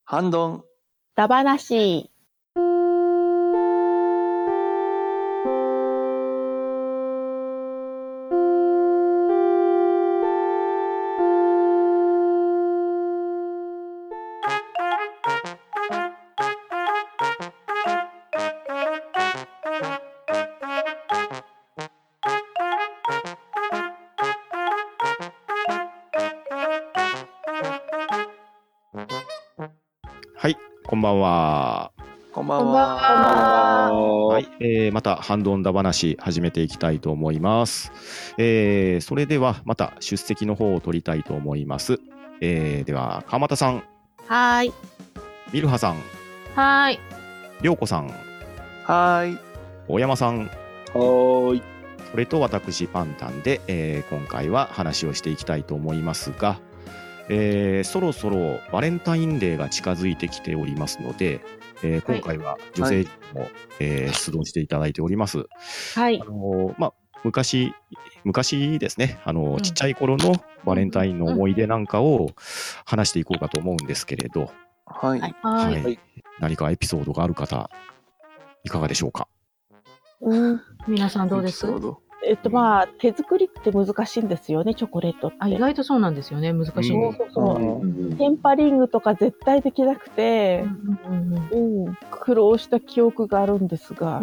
反論だばなし。 はい、こんばんは。 こんばんは。 はい、またハンドンダ話始めていきたいと思います。それではまた出席の方を取りたいと思います。では川又さん、 はーい。 ミルハさん、 はーい。 りょうこさん、 はーい。 大山さん、 はーい。 それと私パンタンで、今回は話をしていきたいと思いますが、そろそろバレンタインデーが近づいてきておりますので、今回は女性も、出動していただいております。 はい。 昔ですね、ちっちゃい頃のバレンタインの思い出なんかを話していこうかと思うんですけれど、 はい。 はい何かエピソードがある方、いかがでしょうか。 皆さんどうです？ 手作りって難しいんですよね、チョコレートって。 意外とそうなんですよね。難しいんです。 テンパリングとか絶対できなくて、苦労した記憶があるんですが。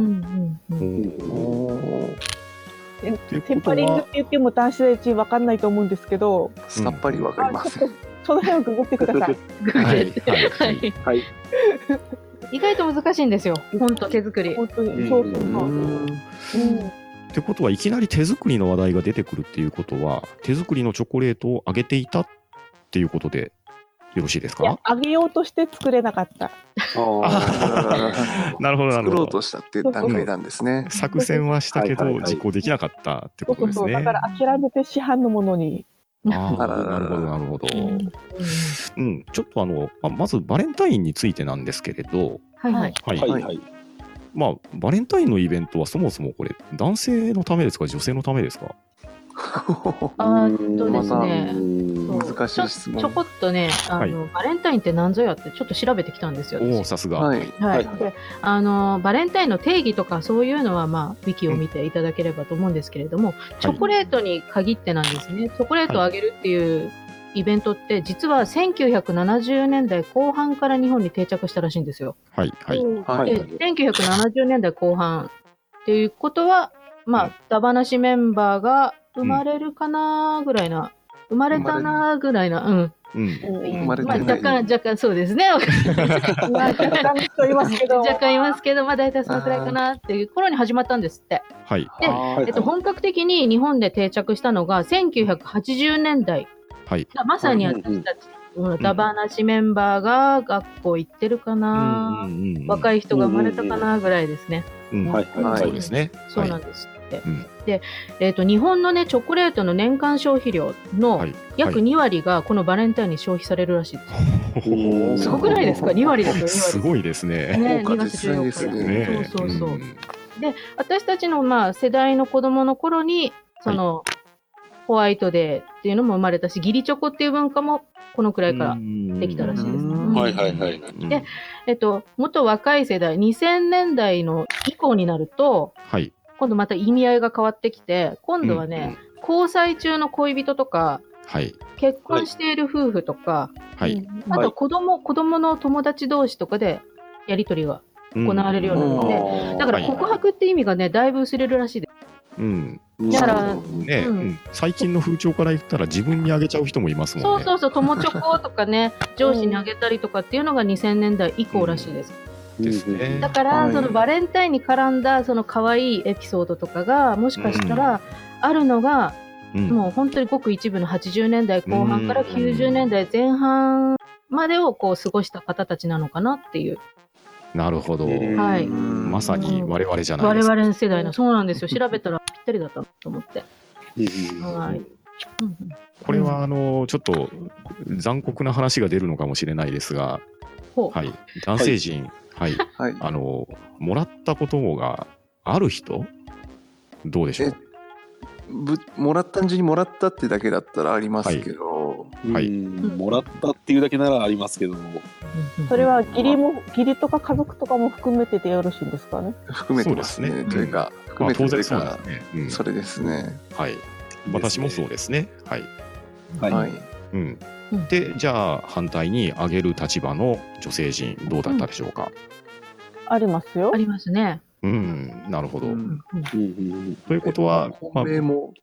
テンパリングって言っても男子のうち分かんないと思うんですけど、 さっぱり分かります。 その辺をググってください。 はい。 意外と難しいんですよ。本当手作り。 本当にそう。 ってことはいきなり手作りの話題が出てくるっていうことは、手作りのチョコレートをあげていたっていうことでよろしいですか？ いや、あげようとして作れなかった。 なるほどなるほど。 作ろうとしたっていう段階なんですね。 作戦はしたけど実行できなかったってことですね。 だから諦めて市販のものに。 なるほどなるほど。ちょっとまずバレンタインについてなんですけれど、バレンタインのイベントはそもそもこれ男性のためですか、女性のためですか？ ですね、 難しい質問。 ちょこっとね、バレンタインって何ぞやってちょっと調べてきたんですよ。 さすが。 バレンタインの定義とかそういうのはウィキを見ていただければと思うんですけれども、チョコレートに限ってなんですね。チョコレートをあげるっていうイベントって実は1970年代後半から日本に定着したらしいんですよ。1970年代後半っていうことは、ダバなしメンバーが生まれるかなぐらいな、生まれたなぐらいな、若干そうですね。若干いますけど、大体そのくらいかなっていう頃に始まったんですって。で、本格的に日本で定着したのが1980年代。まさに私たち、ダバなしメンバーが学校行ってるかな、若い人が生まれたかなぐらいですね。 そうですね。 そうなんですって。で、日本のね、チョコレートの年間消費量の約2割がこのバレンタインに消費されるらしいです。すごくないですか？ 2 割ですよ、2割。 すごいですね。 2月14日。そう。で、私たちの世代の子供の頃に、ホワイトデーっていうのも生まれたし、義理チョコっていう文化もこのくらいからできたらしいです。で、もっと若い世代、2000年代の以降になると、今度また意味合いが変わってきて、今度はね、交際中の恋人とか、結婚している夫婦とか、あと子供の友達同士とかでやり取りが行われるようになって、だから告白って意味がね、だいぶ薄れるらしいです。だから最近の風潮から言ったら自分にあげちゃう人もいますもんね。 そう、友チョコとかね、上司にあげたりとかっていうのが2000年代以降らしいです。だからそのバレンタインに絡んだその可愛いエピソードとかがもしかしたらあるのが、もう本当にごく一部の80年代後半から90年代前半までをこう過ごした方たちなのかなっていう。 なるほど。まさに我々じゃないですか。我々の世代の、そうなんですよ。調べたらぴったりだったと思って。 これはちょっと残酷な話が出るのかもしれないですが、男性陣、もらったことがある人どうでしょう？ 単純にもらったってだけだったらありますけど、 はい。 もらったっていうだけならありますけど。 それは義理とか家族とかも含めてでよろしいんですかね。 含めてますね。というか、含めてというか、それですね。 はい。私もそうですね。はい。 はい。 うん。で、じゃあ反対にあげる立場の女性陣どうだったでしょうか。 ありますよ。 ありますね。 なるほど。ということは、 これも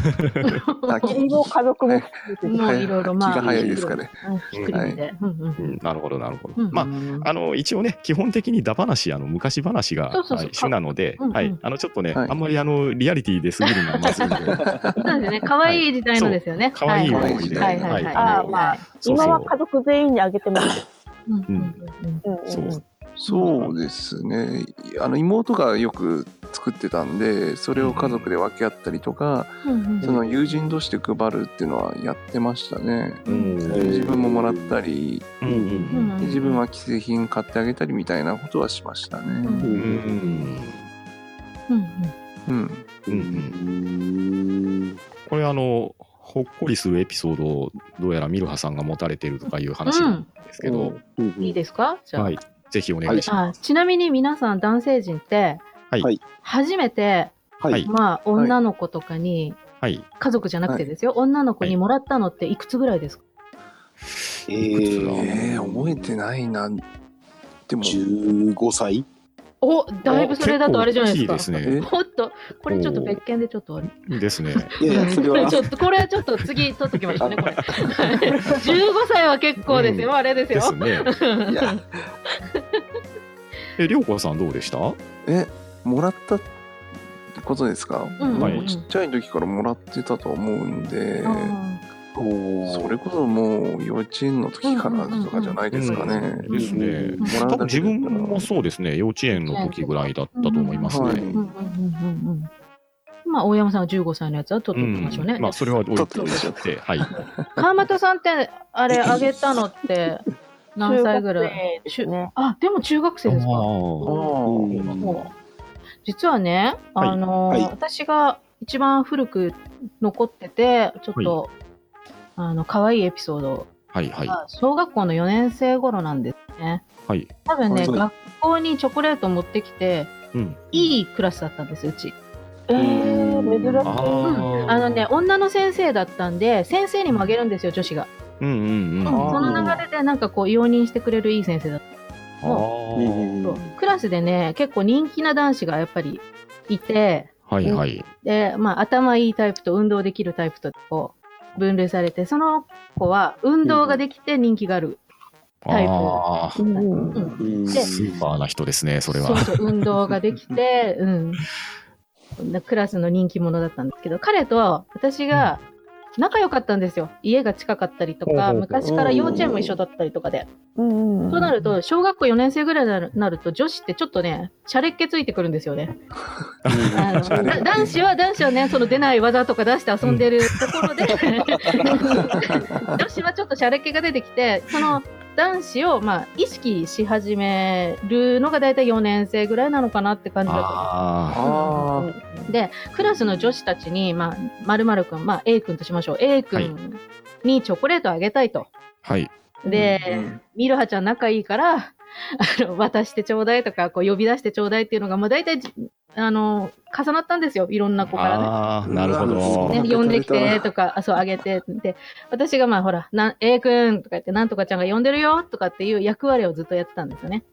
家族ももういろいろ気が早いですかね。 なるほどなるほど。まあ一応ね基本的にだ話昔話が主なので、はいちょっとねあんまりリアリティですぎるのはまずいんで。 そうですね。可愛い時代のですよね。 可愛い思いで。 まあ今は家族全員にあげてます。 そうですね。妹がよく作ってたんで、それを家族で分け合ったりとか、その友人同士で配るっていうのはやってましたね。自分ももらったり、自分は既製品買ってあげたりみたいなことはしましたね。 これほっこりするエピソードをどうやらミルハさんが持たれてるとかいう話なんですけど、 いいですか？じゃあ。 ぜひお願いします。 ちなみに皆さん男性陣って、初めて、まあ女の子とかに、家族じゃなくてですよ、女の子にもらったのっていくつぐらいですか？ 覚えてないな。でも 15歳。 お、だいぶそれだとあれじゃないですか。おっと、これちょっと別件でちょっとあれ。 ですね。 いやそれはこれはちょっと次取っときましょうね。これ。15歳は結構ですよ。あれですよ。 ですね。りょうこさんどうでした？ もらったってことですか？ちっちゃい時からもらってたと思うんで、それこそもう幼稚園の時からとかじゃないですかね。 ですね。多分自分もそうですね。幼稚園の時ぐらいだったと思いますね。 まあ大山さんが15歳のやつは取っておきましょうね。 まあそれは置いておいて、はい。 川又さんってあれあげたのって何歳ぐらい？あ、でも中学生ですか。実はね、私が一番古く残っててちょっと可愛いエピソードが小学校の4年生頃なんですね。多分ね、学校にチョコレートを持ってきて、いいクラスだったんです、うち。 珍しい。 女の先生だったんで、先生にもあげるんですよ、女子が。その流れでなんかこう、容認してくれるいい先生だった。クラスでね、結構人気な男子がやっぱりいて、で、まあ、頭いいタイプと運動できるタイプとこう、分類されて、その子は運動ができて人気があるタイプ。 スーパーな人ですね、それは。 そう、運動ができて、クラスの人気者だったんですけど、彼と私が仲良かったんですよ。家が近かったりとか、昔から幼稚園も一緒だったりとかで。そうなると、小学校4年生ぐらいになると、女子ってちょっとね、シャレっ気ついてくるんですよね。男子はね、その出ない技とか出して遊んでるところで、女子はちょっとシャレっ気が出てきて、その男子を、まあ、意識し始めるのがだいたい4年生ぐらいなのかなって感じだったんです。で、クラスの女子たちに、まあ、〇〇くん、まあ、A 君としましょう。A 君にチョコレートあげたいと。で、ミルハちゃん仲いいから、渡してちょうだいとか、こう呼び出してちょうだいっていうのが、もう大体、重なったんですよ。いろんな子からね。 なるほど。 ね、呼んできてとか、そう、あげて。で、私がまあ、ほら、A 君とか言って、なんとかちゃんが呼んでるよとかっていう役割をずっとやってたんですよね。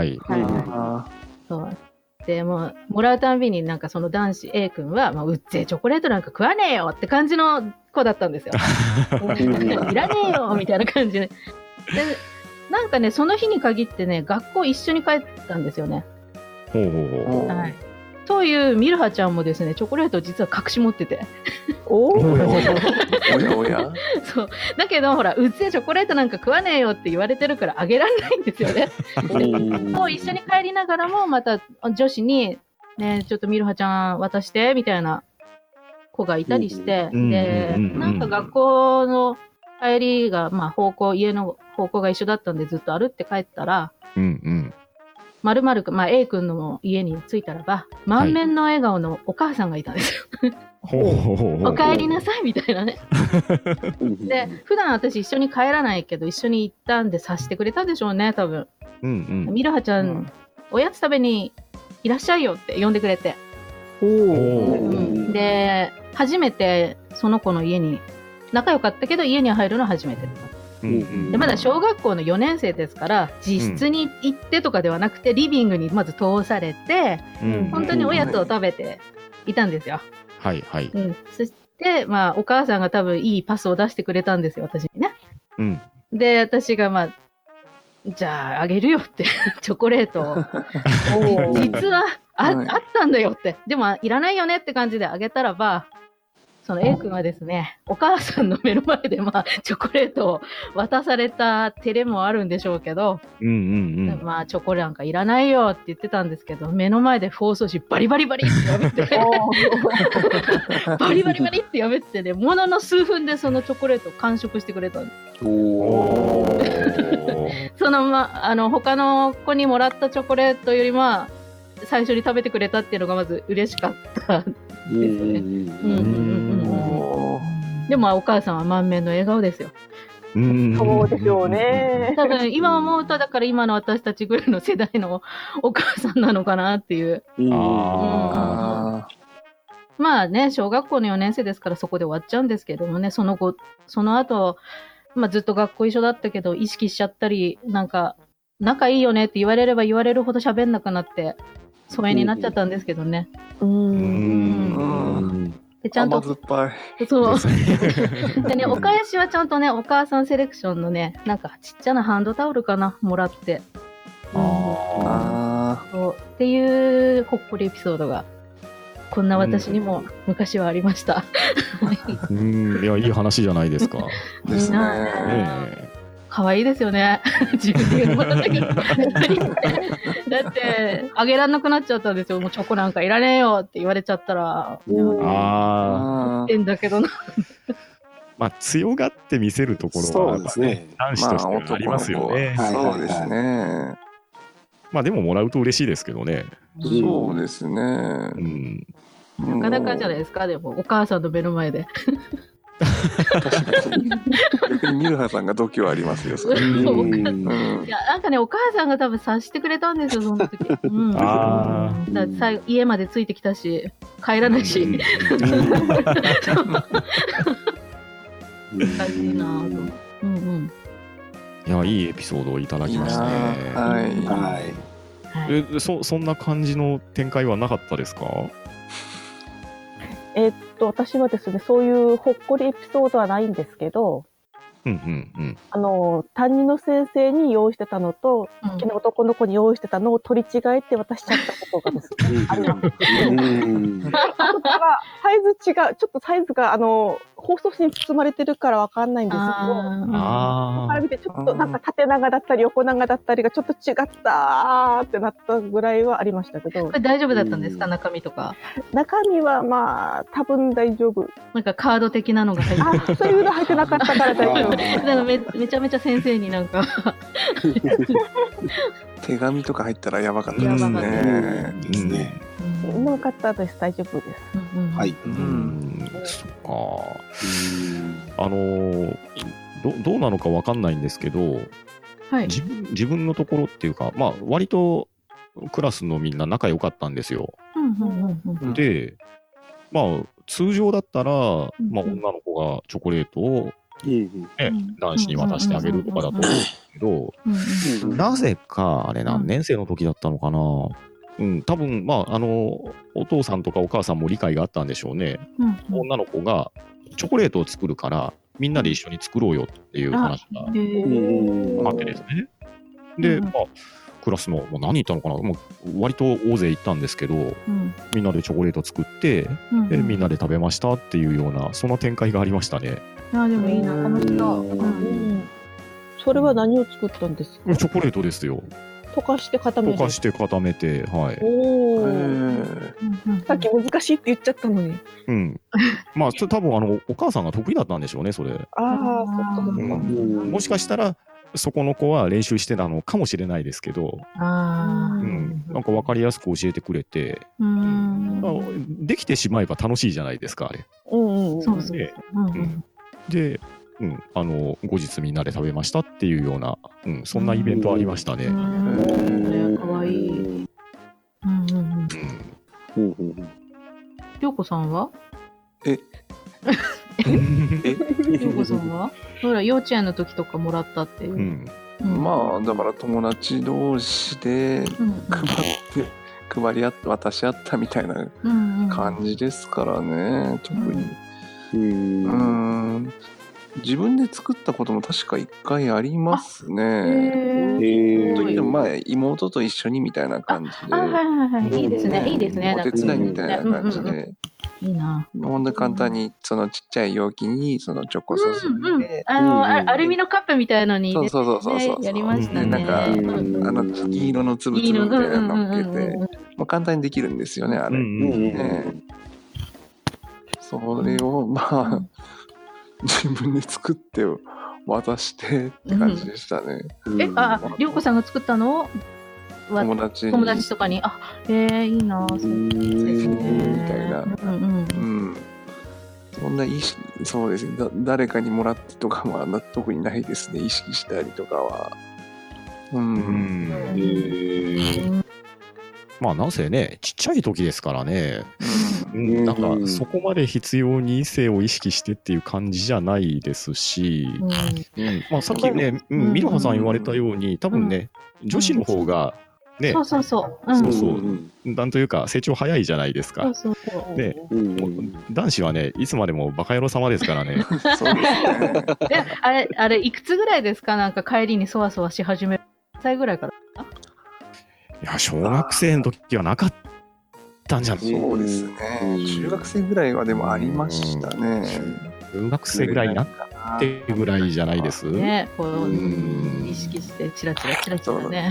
そう。で、もらうたんびになんかその男子 A 君は、まあ、うっぜえチョコレートなんか食わねえよって感じの子だったんですよ。いらねえよみたいな感じで。なんかね、その日に限ってね、学校一緒に帰ったんですよね。そういうミルハちゃんもですね、チョコレートを実は隠し持ってて。 おやそう。だけど、ほら、うちでチョコレートなんか食わねえよって言われてるからあげられないんですよね。そう一緒に帰りながらも、また女子に、ね、ちょっとミルハちゃん渡して、みたいな子がいたりして、で、なんか学校の帰りが、まあ家の方向が一緒だったんでずっと歩って帰ったら、〇〇くん、まあ A 君の家に着いたらば、満面の笑顔のお母さんがいたんですよ。 お帰りなさいみたいなね。で、普段私一緒に帰らないけど、一緒に行ったんで察してくれたでしょうね、多分。ミルハちゃん、おやつ食べにいらっしゃいよって呼んでくれて。で、初めてその子の家に、仲良かったけど家に入るのは初めて。でまだ小学校の4年生ですから自室に行ってとかではなくて、リビングにまず通されて、本当におやつを食べていたんですよ。 はいはい。 そしてまあお母さんが多分いいパスを出してくれたんですよ、私にね。で私がまあじゃああげるよってチョコレートを実はあったんだよって、でもいらないよねって感じであげたらば、その A 君はですね、お母さんの目の前でまあチョコレートを渡された照れもあるんでしょうけど、まあチョコなんかいらないよって言ってたんですけど、目の前で包装紙バリバリバリって破ってバリバリバリって破ってね、ものの数分でそのチョコレートを完食してくれたんです。その他の子にもらったチョコレートよりは最初に食べてくれたっていうのがまず嬉しかったですね。でもお母さんは満面の笑顔ですよ。 そうでしょうね。 多分今思うと、だから今の私たちぐらいの世代のお母さんなのかなっていう。まあね、小学校の4年生ですからそこで終わっちゃうんですけどもね、その後、まあずっと学校一緒だったけど意識しちゃったり、なんか仲いいよねって言われれば言われるほど喋んなくなって疎遠になっちゃったんですけどね。でちゃんと甘酸っぱい。 そうでね、お返しはちゃんとね、お母さんセレクションのね、なんかちっちゃなハンドタオルかなもらって、そうっていうほっこりエピソードがこんな私にも昔はありました。 いや、いい話じゃないですか。 ですね。 可愛いですよね。自分で言うのもなんだけど。だって、あげらんなくなっちゃったんですよ。もうチョコなんかいらねえよって言われちゃったら。言ってんだけどな。 まあ、強がって見せるところは、男子としてはありますよね。 そうですね。 まあ、でももらうと嬉しいですけどね。 そうですね。 なかなかじゃないですか、でも、お母さんの目の前で。 逆にミルハさんが度胸ありますよ。いや、なんかね、お母さんが多分察してくれたんですよ、その時。家までついてきたし、帰らないし。難しいな。 いや、いいエピソードをいただきましたね。そんな感じの展開はなかったですか？ 私はですね、そういうほっこりエピソードはないんですけど、担任の先生に用意してたのと、好きな男の子に用意してたのを取り違えて渡しちゃったことがですね、あります。サイズ違う、ちょっとサイズが包装紙に包まれてるからわかんないんですけど、あれ見てちょっとなんか縦長だったり横長だったりがちょっと違ったってなったぐらいはありましたけど。 これ大丈夫だったんですか、中身とか？ 中身はまあ多分大丈夫。 なんかカード的なのが入ってそういうの入ってなかったから大丈夫。 めちゃめちゃ先生になんか手紙とか入ったらやばかったですね。 よかったです。大丈夫です。 はい。 そっか。どうなのかわかんないんですけど、自分のところっていうか、まあ割とクラスのみんな仲良かったんですよ。で、まあ通常だったら、まあ女の子がチョコレートを男子に渡してあげるとかだと思うんですけど、なぜかあれ何年生の時だったのかな。多分まあお父さんとかお母さんも理解があったんでしょうね。女の子がチョコレートを作るからみんなで一緒に作ろうよっていう話があってですね。で、まあクラスの何人いたのかな、もう割と大勢行ったんですけど、みんなでチョコレート作って、でみんなで食べましたっていうようなそんな展開がありましたね。 でもいいな、楽しそう。 それは何を作ったんですか？ チョコレートですよ。 溶かして固めて。 溶かして固めて、はい。 さっき難しいって言っちゃったのに。 まあ多分お母さんが得意だったんでしょうね、それ。もしかしたらそこの子は練習してたのかもしれないですけど、 なんか分かりやすく教えてくれて、できてしまえば楽しいじゃないですか、あれ。 そうそう。 で、後日みんなで食べましたっていうような、そんなイベントありましたね。 かわいい。りょうこさんは？りょうこさんは？ほら、幼稚園の時とかもらったっていう。 まあだから友達同士で配り合って渡し合ったみたいな感じですからね、特に。自分で作ったことも確か1回ありますね。まあ妹と一緒にみたいな感じで。いいですね、いいですね。 お手伝いみたいな感じで。 いいな。 ほんと簡単にそのちっちゃい容器にそのチョコソース入れて、 アルミのカップみたいのに入れてそうやりましたね。 なんか金色のつぶつぶみたいなの乗っけて、もう簡単にできるんですよね、あれ。それをまあ自分で作って渡してって感じでしたね。 りょうこさんが作ったのを友達とかに、いいなぁ、 みたいな。そんなそうですね、誰かにもらってとかは特にないですね、意識したりとかは。 まあなぜね、ちっちゃい時ですからね、なんかそこまで必要に異性を意識してっていう感じじゃないですし、まあさっきね、ミラハさん言われたように、多分ね、女子の方が、ね、なんというか成長早いじゃないですか。で、男子はね、いつまでもバカ野郎様ですからね。 あれいくつぐらいですか？なんか帰りにそわそわし始める。何歳ぐらいから？ いや、小学生の時はなかったんじゃない？ そうですね。中学生ぐらいはでもありましたね。 中学生ぐらいになってぐらいじゃないです？ ね、こう意識してチラチラね。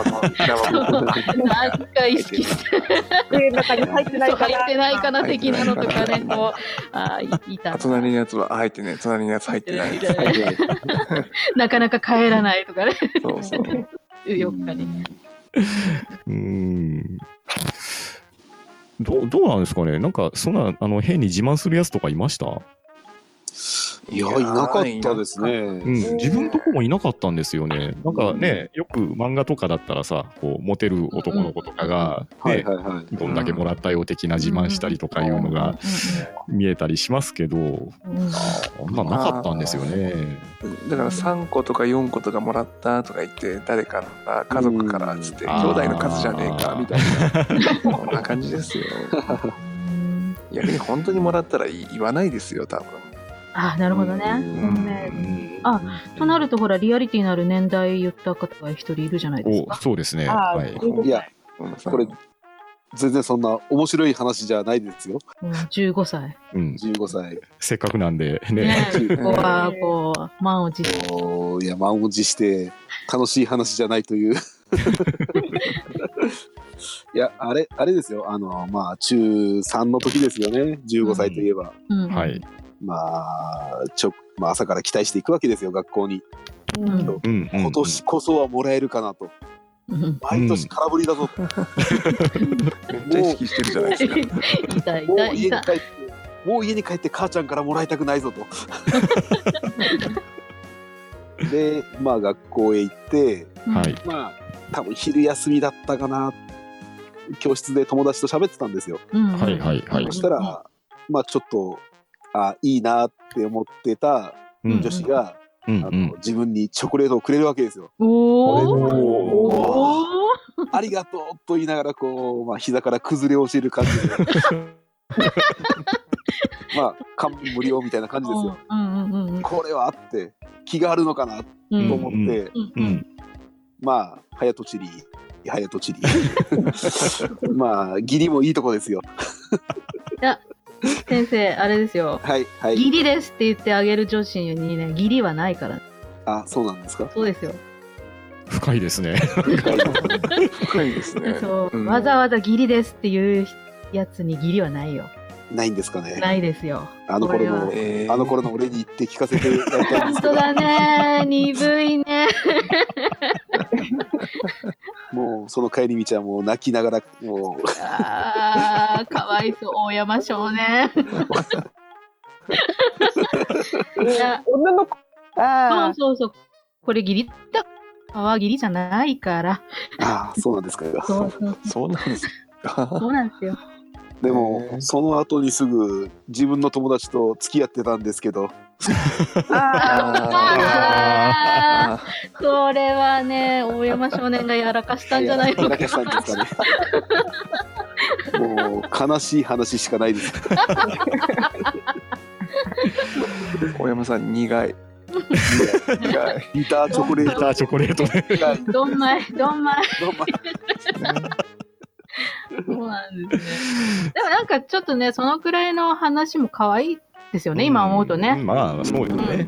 なんか意識して中に入ってないかな的なのとかね、こういた。 隣のやつは入ってね、隣のやつ入ってない。 なかなか帰らないとかね。 そうそう。 4日に。 どうなんですかね。なんかそんな変に自慢するやつとかいました？ いや、いなかったですね。 自分とこもいなかったんですよね。なんかね、よく漫画とかだったらさ、こうモテる男の子とかが、ね、どんだけもらったよ的な自慢したりとかいうのが見えたりしますけど、なかったんですよね。 だから3個とか4個とかもらったとか言って、誰かの家族からつって兄弟の数じゃねえかみたいな、こんな感じですよ。逆に本当にもらったら言わないですよ、多分。 なるほどね。となるとほら、リアリティのある年代言った方が一人いるじゃないですか。 そうですね。 いや、これ全然そんな面白い話じゃないですよ。 15歳。 15歳。 せっかくなんでね。 ここはこう満を持して。 いや、満を持して楽しい話じゃないという。いや、あれですよ。まあ中3の時ですよね。15歳といえば。 はい。 まあ朝から期待していくわけですよ、学校に。今年こそはもらえるかなと。毎年空振りだぞと。 めっちゃ意識してるじゃないですか。 もう家に帰って母ちゃんからもらいたくないぞと。で、まあ学校へ行って、まあ多分昼休みだったかな。教室で友達と喋ってたんですよ。そしたら、まあちょっと、いいなって思ってた女子が、自分にチョコレートをくれるわけですよ。ありがとうと言いながらこう、膝から崩れ落ちる感じで感無量みたいな感じですよ。これはあって気があるのかなと思って、早とちり義理もいいとこですよ。 いや先生、あれですよ。義理ですって言ってあげる女子にね、義理はないから。 そうなんですか？ そうですよ。 深いですね。 深いですね。 わざわざ義理ですっていうやつに義理はないよ。 ないんですかね。 ないですよ。 あの頃の俺に言って聞かせてやりたいんですけど。 本当だね。鈍いね。 もうその帰り道はもう泣きながらもうああ、かわいそう、大山少年。いや、 女の子。 そうそうそう。これ義理だ。川義理じゃないから。 ああ、そうなんですか。 そうなんですか。 そうなんですよ。 でもその後にすぐ自分の友達と付き合ってたんですけど。 それはね、大山少年がやらかしたんじゃないのかな。 やらかしたんですかね。もう悲しい話しかないです。 大山さん苦い。 ビターチョコレート。 ビターチョコレートね。 どんまい。そうなんですね。でもなんかちょっとね、そのくらいの話も可愛いですよね、今思うとね。 まあ、そうよね。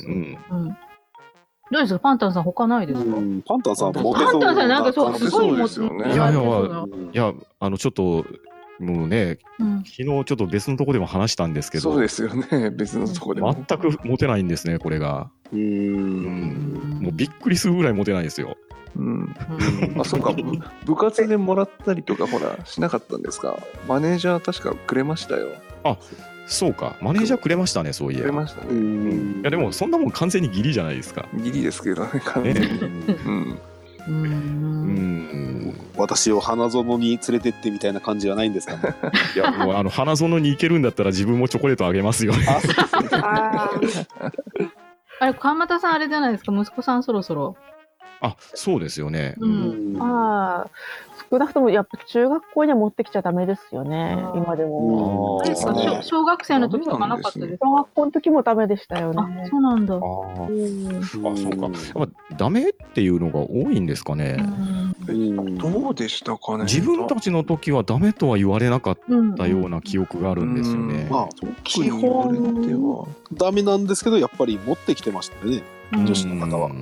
どうですか、パンタンさん、他ないですか？ パンタンさん、モテそう。 パンタンさん、なんかそう、すごいですよね。 いや、ちょっと、もうね、昨日ちょっと別のとこでも話したんですけど。 そうですよね、別のとこでも。 全くモテないんですね、これが。もうびっくりするぐらいモテないですよ。 あ、そうか、部活でもらったりとかほらしなかったんですか？マネージャー確かくれましたよ。 あ、そうか、マネージャーくれましたね、そういえば。 くれましたね。 いやでもそんなもん完全に義理じゃないですか。 義理ですけどね、完全に。 私を花園に連れてってみたいな感じはないんですかね。 いや、もう花園に行けるんだったら自分もチョコレートあげますよ。 あれ、川又さんあれじゃないですか、息子さんそろそろ。 あ、そうですよね。 ああ、少なくともやっぱ中学校には持ってきちゃダメですよね、今でも。 小学生の時とかなかったですか？ 小学校の時もダメでしたよね。 あ、そうなんだ。 そうか。やっぱダメっていうのが多いんですかね。 どうでしたかね。 自分たちの時はダメとは言われなかったような記憶があるんですよね。 まあ、基本ダメなんですけど、やっぱり持ってきてましたよね、女子の方は。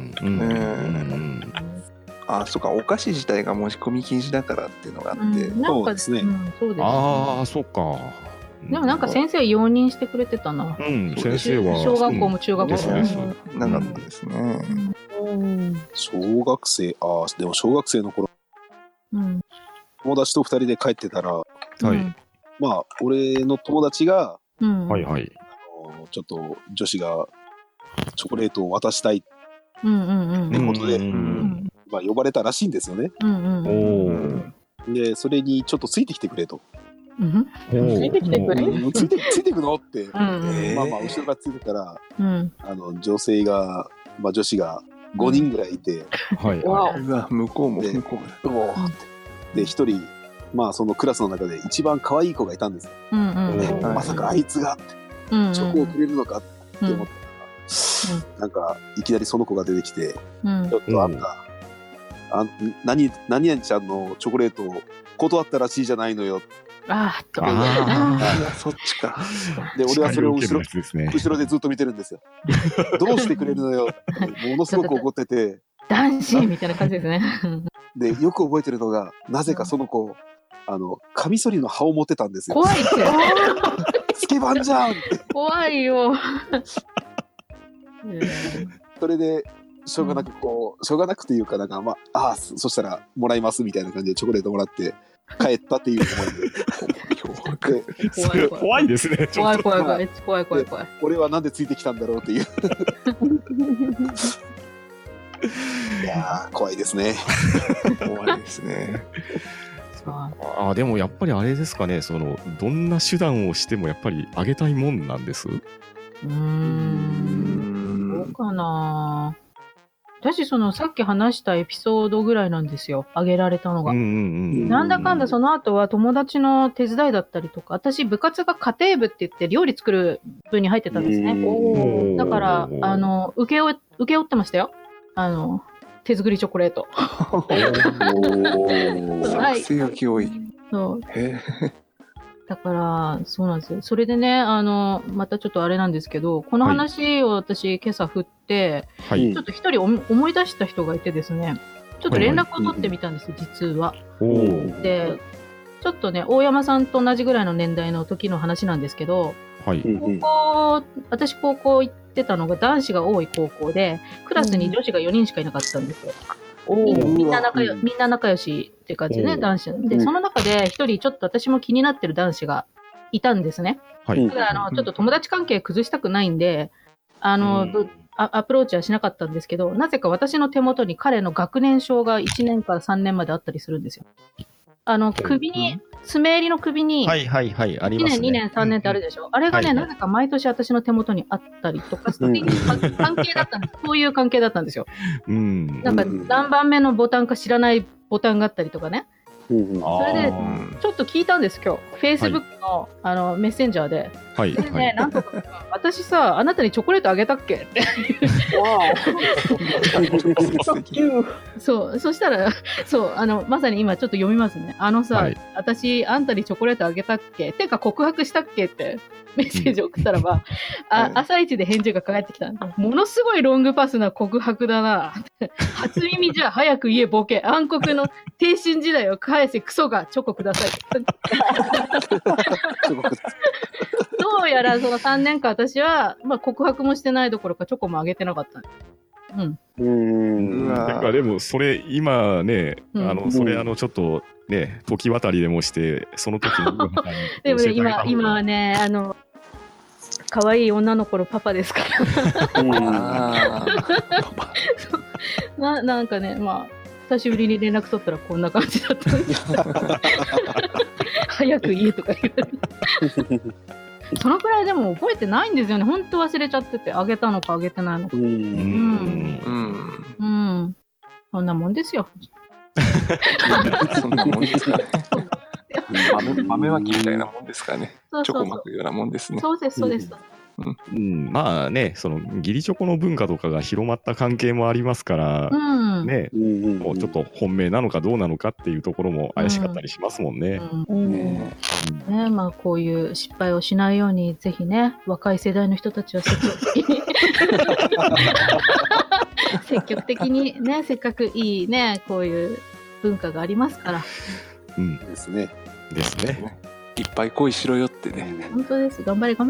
あ、そうか、お菓子自体が持ち込み禁止だからっていうのがあって。 そうですね。 ああ、そうか。 でもなんか先生容認してくれてたな。 先生は小学校も中学校もなかったですね。 小学生、でも小学生の頃、友達と2人で帰ってたら、まあ俺の友達が、ちょっと女子がチョコレートを渡したいってことで、まあ呼ばれたらしいんですよね。でそれにちょっとついてきてくれと。 ついてきてくれ？ ついてくのって、まあ後ろからついてたら、女性が、まあ女子が5人ぐらいいて、 向こうも向こうも。 で一人、まあそのクラスの中で一番可愛い子がいたんですよ。まさかあいつがチョコをくれるのかって思ったら、なんかいきなりその子が出てきて、ちょっとあんた、何々ちゃんのチョコレートを断ったらしいじゃないのよ。 そっちか。 で俺はそれを後ろでずっと見てるんですよ。どうしてくれるのよ。ものすごく怒ってて。 男子みたいな感じですね。 でよく覚えてるのが、なぜかその子カミソリの刃を持ってたんですよ。 怖いって。 スケバンじゃんって。 怖いよ。 それでしょうがなくっていうか、なんかまあそしたらもらいますみたいな感じでチョコレートもらって帰ったっていう思いで。怖いですね。 怖い。 俺はなんでついてきたんだろうっていう。いやー、怖いですね。 怖いですね。 でもやっぱりあれですかね、どんな手段をしてもやっぱりあげたいもんなんです。 どうかな。私さっき話したエピソードぐらいなんですよ、あげられたのが。なんだかんだその後は友達の手伝いだったりとか、私部活が家庭部って言って料理作る部に入ってたんですね。だから請け負ってましたよ、手作りチョコレート。 作成が清い。 だからそうなんですよ。それでね、またちょっとあれなんですけど、この話を私今朝振って、ちょっと一人思い出した人がいてですね、ちょっと連絡を取ってみたんですよ、実は。で、ちょっとね、大山さんと同じぐらいの年代の時の話なんですけど、私高校行ってたのが男子が多い高校で、クラスに女子が4人しかいなかったんですよ。 みんな仲良しっていう感じでね、男子で、その中で一人ちょっと私も気になってる男子がいたんですね。ただちょっと友達関係崩したくないんで、アプローチはしなかったんですけど、なぜか私の手元に彼の学年証が1年から3年まであったりするんですよ。首に、爪襟の首に、1年、2年、3年ってあるでしょ。あれがね、なぜか毎年私の手元にあったりとか、関係だったんです。そういう関係だったんですよ。なんか何番目のボタンか知らないボタンがあったりとかね。それで、ちょっと聞いたんです、今日。Facebook の、メッセンジャーで。で、なんとか、私さ、あなたにチョコレートあげたっけって。そう、そしたら、そう、まさに今ちょっと読みますね。私、あんたにチョコレートあげたっけてか告白したっけってメッセージ送ったらば、朝一で返事が返ってきた。ものすごいロングパスな告白だな。初耳じゃ早く言えボケ。暗黒の低身時代を返せクソがチョコください。どうやらその3年間私は、告白もしてないどころかチョコもあげてなかった。 なんかでもそれ今ね、それちょっとね、時渡りでもしてその時のでもね、今はね、可愛い女の子のパパですからなんかね、久しぶりに連絡取ったらこんな感じだったんです早く言えとか言われてそのくらいでも覚えてないんですよね。本当忘れちゃってて、あげたのかあげてないのか。そんなもんですよ。 そんなもんですかね。豆まきみたいなもんですかね。チョコ巻くようなもんですね。 そうです、そうです。 まあね、その義理チョコの文化とかが広まった関係もありますから、ね、もうちょっと本命なのかどうなのかっていうところも怪しかったりしますもんね。 こういう失敗をしないように、ぜひね、若い世代の人たちは積極的にね、せっかくいいね、こういう文化がありますから。 ですね。 いっぱい恋しろよってね。 本当です。頑張れ。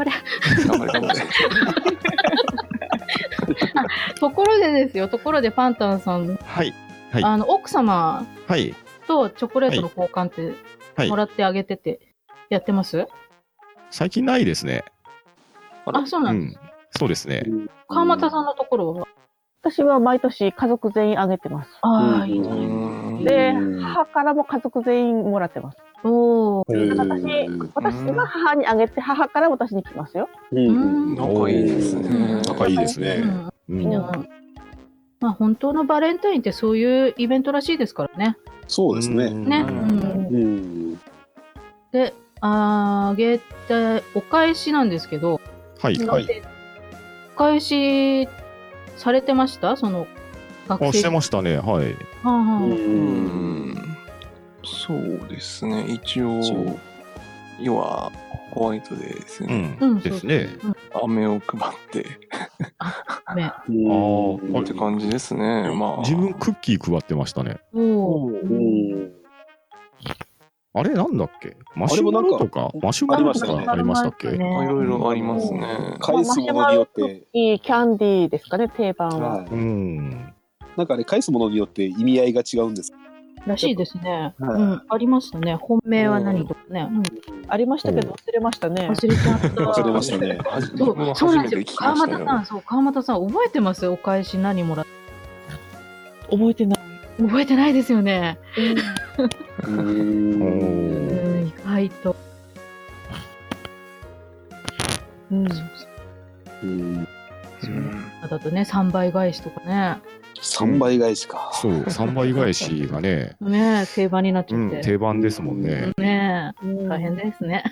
ところでパンタンさん、奥様とチョコレートの交換ってもらってあげててやってます？ 最近ないですね。 そうなんです。 そうですね。 川又さんのところは？ 私は毎年家族全員あげてます。 いいね。 で、母からも家族全員もらってます。私が母にあげて、母から私に来ますよ。 仲いいですね。 仲いいですね。 本当のバレンタインってそういうイベントらしいですからね。 そうですね。 で、あげて、お返しなんですけど、お返しされてました？その学生。 してましたね。 そうですね。一応要はホワイトデーですね。 ですね。 飴を配ってって感じですね。 自分クッキー配ってましたね。あれなんだっけ？マシュマロとかありましたっけ？いろいろありますね。 返すものによっていいキャンディーですかね、定番は。 なんか返すものによって意味合いが違うんですらしいですね。ありましたね。本命は何とかね。 ありましたけど忘れましたね。 忘れましたね。 そうなんですよ。川又さん覚えてます？お返し何もらった？覚えてないですよね。意外と。だとね、3倍返しとかね。 3倍返しか。 そう、3倍返しがね。 定番になっちゃって。 定番ですもんね。 大変ですね。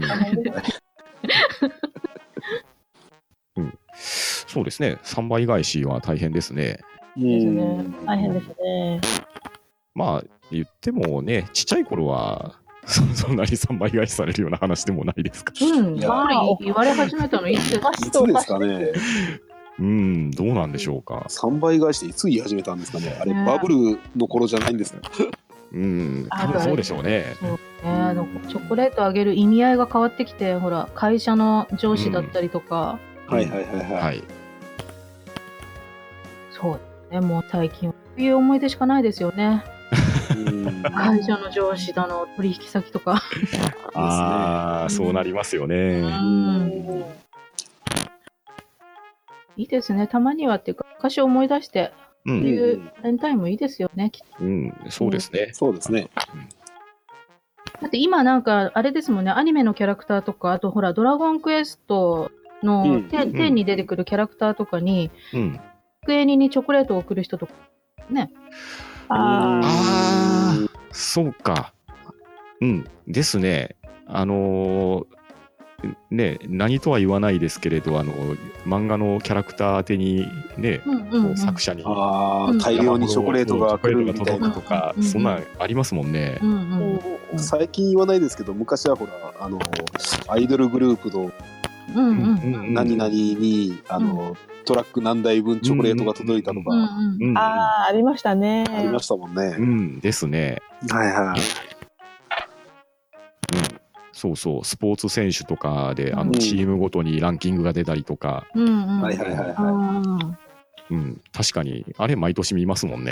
そうですね。3倍返しは大変ですね。 大変ですね。 言ってもね、ちっちゃい頃はそんなに3倍返しされるような話でもないですか。 言われ始めたのいつですかね。 どうなんでしょうか。 3倍返しっていつ言い始めたんですかね。あれ、バブルの頃じゃないんですか。 多分そうでしょうね。 チョコレートあげる意味合いが変わってきて、ほら、会社の上司だったりとか。 そう。 もう最近はそういう思い出しかないですよね。会社の上司だの取引先とかああ、そうなりますよね。 いいですね。たまにはっていうか昔を思い出していうバレンタインもいいですよね。 そうですね。 そうですね。 だって今なんかあれですもんね、アニメのキャラクターとか、あとほらドラゴンクエストの10に出てくるキャラクターとかに、机にチョコレートを送る人とかね。 そうか。ですね。ね、何とは言わないですけれど、漫画のキャラクター宛てにね、作者に大量にチョコレートが来るみたいなとか、そんなんありますもんね。 最近言わないですけど、昔はほらアイドルグループの何々にトラック何台分チョコレートが届いたとか、 ありましたね。 ありましたもんね。 ですね。 はいはい。 そうそう、スポーツ選手とかでチームごとにランキングが出たりとか、確かにあれ毎年見ますもんね。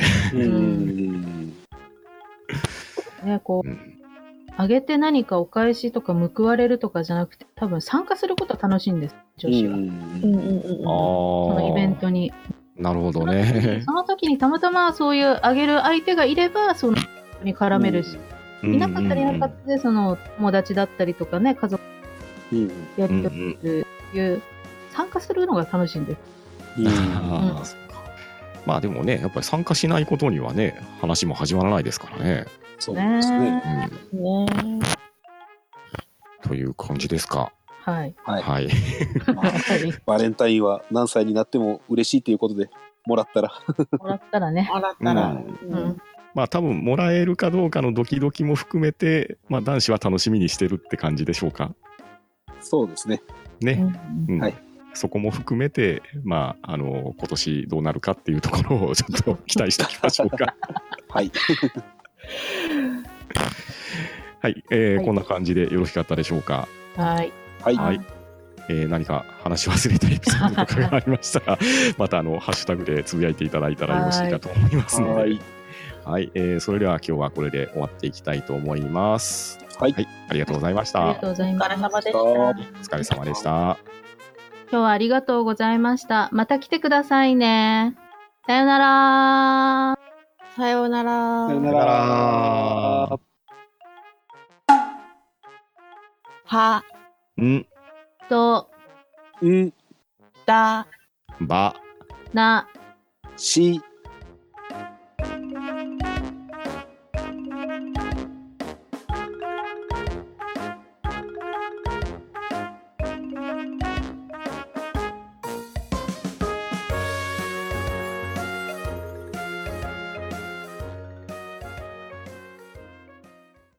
ね、こうあげて何かお返しとか報われるとかじゃなくて、多分参加することは楽しいんです、女子は。そのイベントに。 なるほどね。 その時にたまたまそういうあげる相手がいれば、そのに絡めるし。いなかったりいなかったで、その友達だったりとかね、家族やりとりするいう参加するのが楽しいんです。 まあでもね、やっぱり参加しないことにはね、話も始まらないですからね。 そうですね。 という感じですか。 はい。 はい。 バレンタインは何歳になっても嬉しいということで、もらったらね。 もらったら。 まあ多分もらえるかどうかのドキドキも含めて、まあ男子は楽しみにしてるって感じでしょうか。 そうですね。 ね。はい。そこも含めて、まあ今年どうなるかっていうところをちょっと期待しておきましょうか。 はい。 はい、こんな感じでよろしかったでしょうか。 はい。 はい。何か話し忘れたエピソードとかがありましたら、またハッシュタグでつぶやいていただいたらよろしいかと思いますので。はい、それでは今日はこれで終わっていきたいと思います。はい、ありがとうございました。 ありがとうございました。 お疲れ様でした。 お疲れ様でした。 今日はありがとうございました。また来てくださいね。さよなら。 さよなら。 さよなら。 は。 ん。 と。 ん。 だ。 ば。 な。 し。